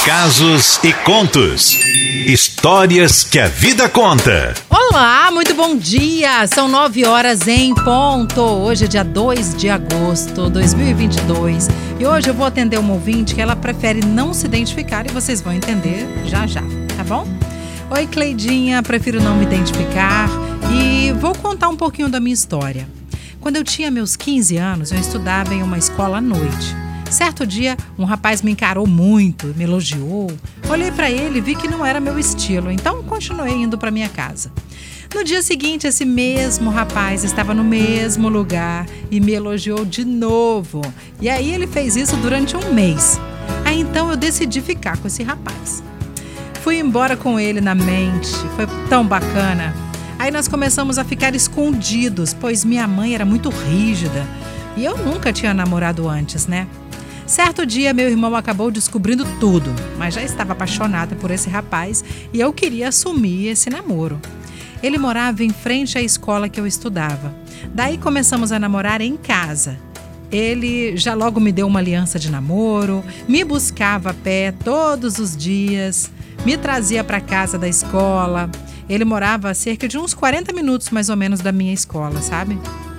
Casos e contos. Histórias que a vida conta. Olá, muito bom dia! São 9 horas em ponto. Hoje é dia 2 de agosto de 2022. E hoje eu vou atender uma ouvinte que ela prefere não se identificar e vocês vão entender já já, tá bom? Oi, Cleidinha, prefiro não me identificar e vou contar um pouquinho da minha história. Quando eu tinha meus 15 anos, eu estudava em uma escola à noite. Certo dia, um rapaz me encarou muito, me elogiou. Olhei para ele e vi que não era meu estilo, então continuei indo para minha casa. No dia seguinte, esse mesmo rapaz estava no mesmo lugar e me elogiou de novo. E aí ele fez isso durante um mês. Aí então eu decidi ficar com esse rapaz. Fui embora com ele na mente, foi tão bacana. Aí nós começamos a ficar escondidos, pois minha mãe era muito rígida. E eu nunca tinha namorado antes, né? Certo dia, meu irmão acabou descobrindo tudo, mas já estava apaixonada por esse rapaz e eu queria assumir esse namoro. Ele morava em frente à escola que eu estudava. Daí começamos a namorar em casa. Ele já logo me deu uma aliança de namoro, me buscava a pé todos os dias, me trazia para casa da escola. Ele morava a cerca de uns 40 minutos mais ou menos da minha escola, sabe?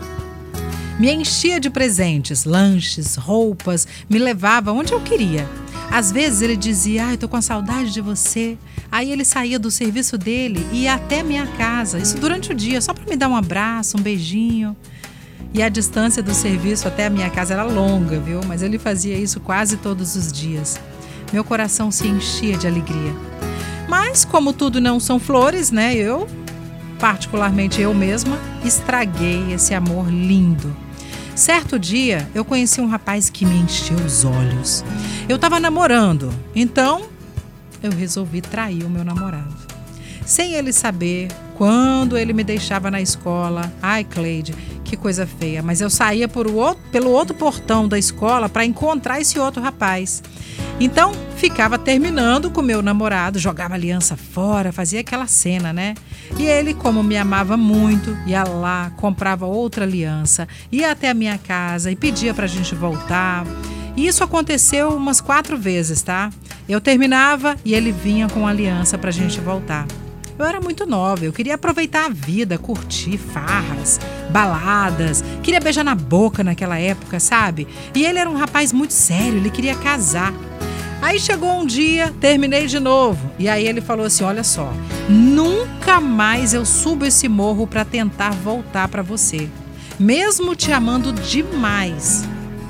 Me enchia de presentes, lanches, roupas, me levava onde eu queria. Às vezes ele dizia, tô com saudade de você. Aí ele saía do serviço dele e ia até minha casa, isso durante o dia, só para me dar um abraço, um beijinho. E a distância do serviço até a minha casa era longa, viu? Mas ele fazia isso quase todos os dias. Meu coração se enchia de alegria. Mas como tudo não são flores, né? Particularmente eu mesma, estraguei esse amor lindo. Certo dia, eu conheci um rapaz que me encheu os olhos. Eu estava namorando, então eu resolvi trair o meu namorado. Sem ele saber, quando ele me deixava na escola, ai, Cleide, que coisa feia, mas eu saía pelo outro portão da escola para encontrar esse outro rapaz. Então, ficava terminando com o meu namorado, jogava aliança fora, fazia aquela cena, né? E ele, como me amava muito, ia lá, comprava outra aliança, ia até a minha casa e pedia pra gente voltar. E isso aconteceu umas 4 vezes, tá? Eu terminava e ele vinha com a aliança pra gente voltar. Eu era muito nova, eu queria aproveitar a vida, curtir farras, baladas, queria beijar na boca naquela época, sabe? E ele era um rapaz muito sério, ele queria casar. Aí chegou um dia, terminei de novo. E aí ele falou assim, olha só, nunca mais eu subo esse morro pra tentar voltar pra você. Mesmo te amando demais.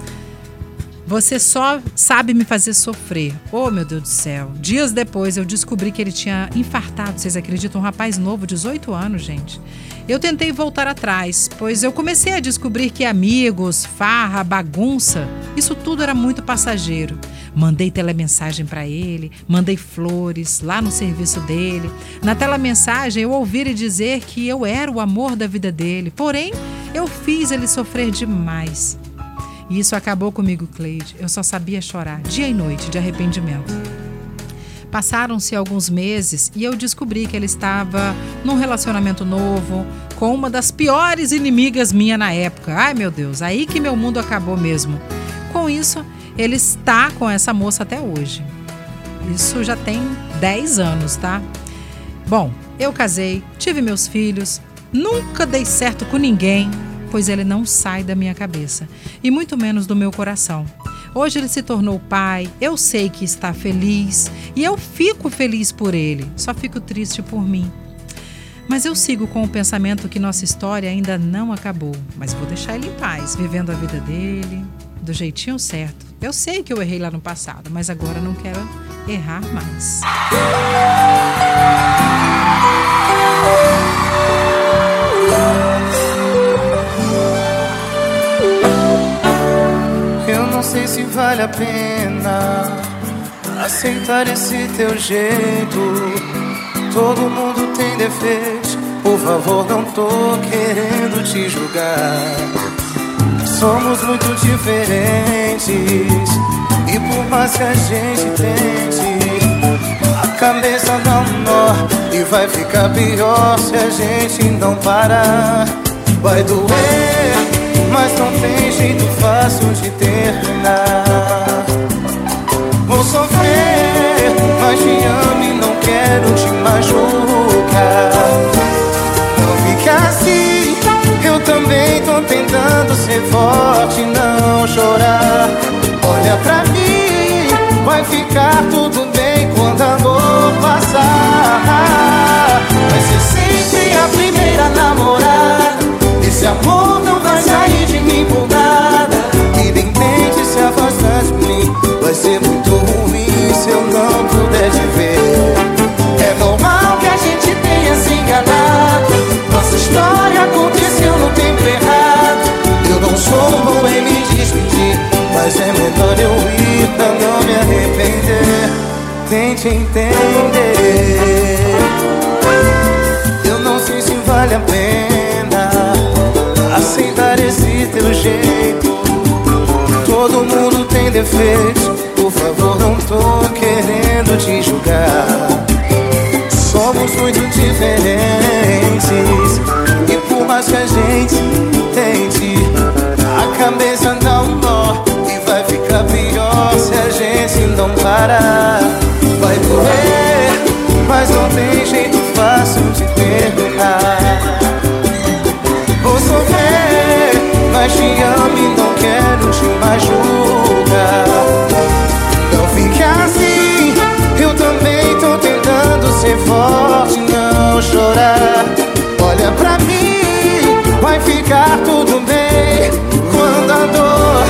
Você só sabe me fazer sofrer. Oh, meu Deus do céu. Dias depois eu descobri que ele tinha infartado. Vocês acreditam? Um rapaz novo, 18 anos, gente. Eu tentei voltar atrás, pois eu comecei a descobrir que amigos, farra, bagunça, isso tudo era muito passageiro. Mandei telemensagem para ele, mandei flores lá no serviço dele. Na telemensagem eu ouvi ele dizer que eu era o amor da vida dele. Porém, eu fiz ele sofrer demais. E isso acabou comigo, Cleide. Eu só sabia chorar, dia e noite, de arrependimento. Passaram-se alguns meses e eu descobri que ele estava num relacionamento novo com uma das piores inimigas minha na época. Ai, meu Deus, aí que meu mundo acabou mesmo. Com isso, ele está com essa moça até hoje. Isso já tem 10 anos, tá? Bom, eu casei, tive meus filhos, nunca dei certo com ninguém, pois ele não sai da minha cabeça, e muito menos do meu coração. Hoje ele se tornou pai, eu sei que está feliz, e eu fico feliz por ele, só fico triste por mim. Mas eu sigo com o pensamento que nossa história ainda não acabou, mas vou deixar ele em paz, vivendo a vida dele, do jeitinho certo. Eu sei que eu errei lá no passado, mas agora não quero errar mais. Eu não sei se vale a pena aceitar esse teu jeito. Todo mundo tem defeitos, por favor, não tô querendo te julgar. Somos muito diferentes e por mais que a gente tente, a cabeça dá um nó e vai ficar pior se a gente não parar. Vai doer, mas não tem jeito fácil de terminar. Vou sofrer, mas te amo e não quero te machucar. Não fica assim, eu também tô tentando ser forte e não chorar. Olha pra mim, vai ficar tudo bem quando a dor passar. Vai ser sempre a primeira namorada. Esse amor não vai sair de mim por nada. E nem tente se afastar de mim, vai ser muito ruim se eu não puder te ver. É normal que a gente tenha se enganado. Nossa história aconteceu no tempo errado. Eu não sou bom em me despedir, mas é melhor eu ir pra não me arrepender. Tente entender. Eu não sei se vale a pena aceitar esse teu jeito. Todo mundo tem defeitos, por favor não tô querendo te julgar. Somos muito diferentes e por mais que a gente tente, a cabeça dá um nó e vai ficar pior se a gente não parar. Vai doer, mas não tem jeito fácil de terminar. Vou sofrer, mas te amo e não quero te machucar. Não fica assim, eu também tô tentando ser forte e não chorar. Olha pra mim, vai ficar tudo bem quando a dor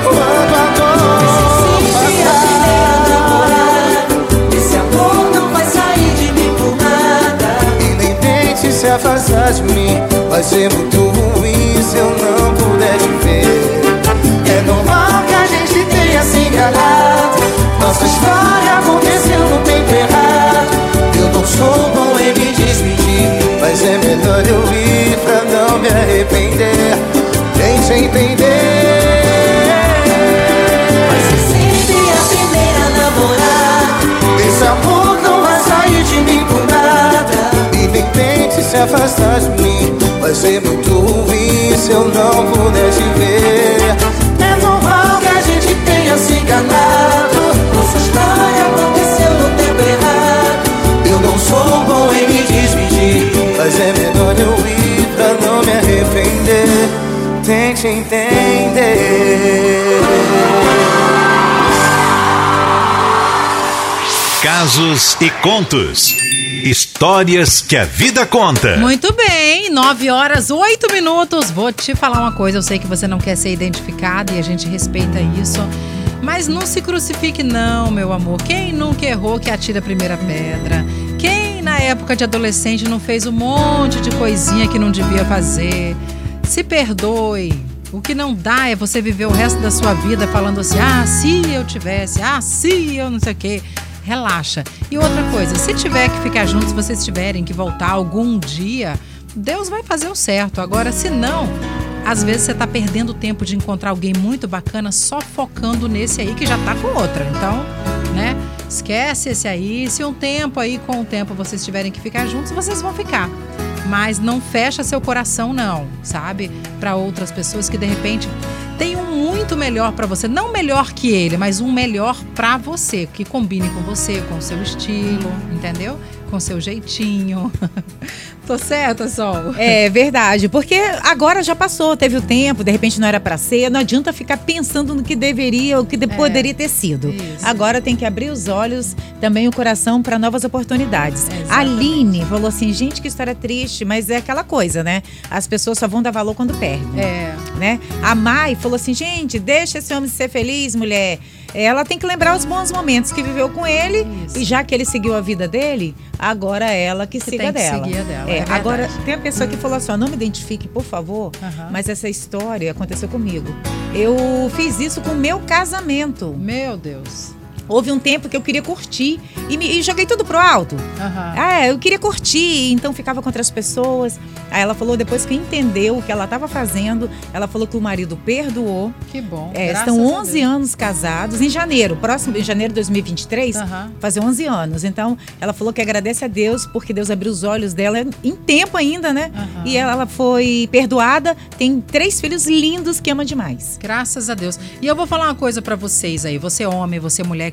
passar. Esse amor não vai sair de mim por nada. E nem tente se afastar de mim, vai ser muito ruim se eu não puder te ver. É normal que a gente tenha se enganado. Nossa história aconteceu no tempo errado. Eu não sou bom em me despedir, mas é melhor eu ir pra não me arrepender. Tente entender. Vai ser sempre a primeira namorada. Esse amor não vai sair de mim por nada. E nem tente se afastar de mim, vai ser muito ruim se eu não puder te ver. É normal que a gente tenha se enganado. Nossa história aconteceu no tempo errado. Eu não sou bom em me despedir, mas é melhor eu ir pra não me arrepender. Tente entender. Casos e contos. Histórias que a vida conta. Muito bem, 9h08. Vou te falar uma coisa, eu sei que você não quer ser identificado e a gente respeita isso. Mas não se crucifique não, meu amor. Quem nunca errou que atira a primeira pedra? Quem na época de adolescente não fez um monte de coisinha que não devia fazer? Se perdoe. O que não dá é você viver o resto da sua vida falando assim: ah, se eu tivesse, ah, se eu não sei o quê. Relaxa. E outra coisa, se tiver que ficar juntos, se vocês tiverem que voltar algum dia, Deus vai fazer o certo. Agora, se não, às vezes você tá perdendo tempo de encontrar alguém muito bacana só focando nesse aí que já tá com outra. Então, né, esquece esse aí. Se com o tempo vocês tiverem que ficar juntos, vocês vão ficar. Mas não fecha seu coração não, sabe? Para outras pessoas que de repente tem um muito melhor para você, não melhor que ele, mas um melhor para você, que combine com você, com o seu estilo, entendeu? Com o seu jeitinho. Tô certa, Sol? É verdade, porque agora já passou, teve o tempo, de repente não era pra ser, não adianta ficar pensando no que deveria, o que poderia ter sido. Isso. Agora tem que abrir os olhos, também o coração para novas oportunidades. A Exatamente. Aline falou assim, gente, que história triste, mas é aquela coisa, né? As pessoas só vão dar valor quando perdem. Né? A Mai falou assim, gente, deixa esse homem ser feliz, mulher. Ela tem que lembrar os bons momentos que viveu com ele. Isso. E já que ele seguiu a vida dele, agora ela que Você siga tem que dela. seguir a dela, é agora verdade. tem a pessoa que falou assim, ó, não me identifique, por favor, Aham. mas essa história aconteceu comigo. Eu fiz isso com o meu casamento. Meu Deus. Houve um tempo que eu queria curtir e joguei tudo pro alto. Aham. Eu queria curtir, então ficava com outras pessoas. Aí ela falou, depois que entendeu o que ela estava fazendo, ela falou que o marido perdoou. Que bom. Estão 11 anos casados. Em janeiro, em janeiro de 2023, Aham. fazer 11 anos. Então, ela falou que agradece a Deus, porque Deus abriu os olhos dela em tempo ainda, né? Aham. E ela foi perdoada, tem 3 filhos lindos que ama demais. Graças a Deus. E eu vou falar uma coisa pra vocês aí, você homem, você mulher que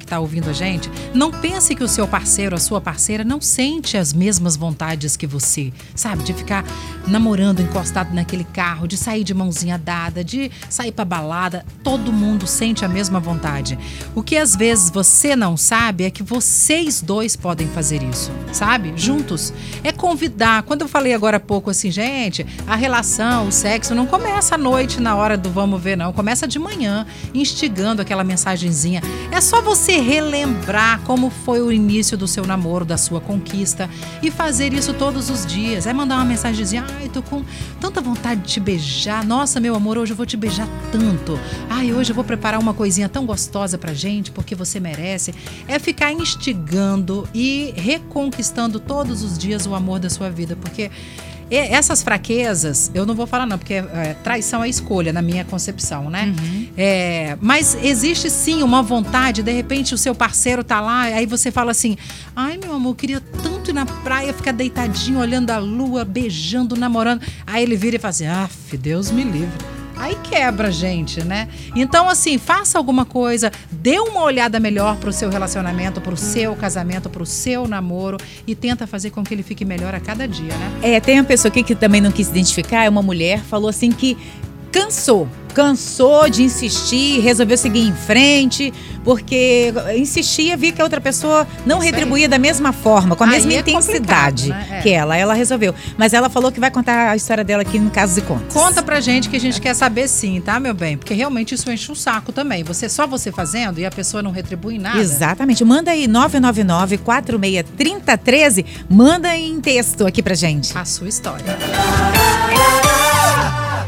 que está ouvindo a gente, não pense que o seu parceiro, a sua parceira, não sente as mesmas vontades que você, sabe? De ficar namorando, encostado naquele carro, de sair de mãozinha dada, de sair pra balada. Todo mundo sente a mesma vontade. O que às vezes você não sabe é que vocês dois podem fazer isso, sabe? Juntos. É convidar. Quando eu falei agora há pouco assim, gente, a relação, o sexo não começa à noite na hora do vamos ver, não. Começa de manhã, instigando aquela mensagenzinha. É só você relembrar como foi o início do seu namoro, da sua conquista e fazer isso todos os dias. É mandar uma mensagenzinha, ai, tô com tanta vontade de te beijar. Nossa, meu amor, hoje eu vou te beijar tanto. Ai, hoje eu vou preparar uma coisinha tão gostosa pra gente, porque você merece. É ficar instigando e reconquistando todos os dias o amor da sua vida, porque essas fraquezas, eu não vou falar não, porque traição é escolha na minha concepção, né? Mas existe sim uma vontade, de repente o seu parceiro tá lá, aí você fala assim, ai meu amor, eu queria tanto ir na praia, ficar deitadinho, olhando a lua, beijando, namorando. Aí ele vira e fala assim, Deus me livre. Aí quebra a gente, né? Então, assim, faça alguma coisa, dê uma olhada melhor pro seu relacionamento, pro seu casamento, pro seu namoro e tenta fazer com que ele fique melhor a cada dia, né? Tem uma pessoa aqui que também não quis identificar, é uma mulher, falou assim que cansou de insistir, resolveu seguir em frente, porque insistia, via que a outra pessoa não retribuía da mesma forma, com a mesma intensidade, né? Que ela resolveu. Mas ela falou que vai contar a história dela aqui no Casos e Contos. Conta pra gente que a gente quer saber sim, tá, meu bem? Porque realmente isso enche um saco também. Só você fazendo e a pessoa não retribui nada. Exatamente. Manda aí 999-463013, manda em texto aqui pra gente. A sua história.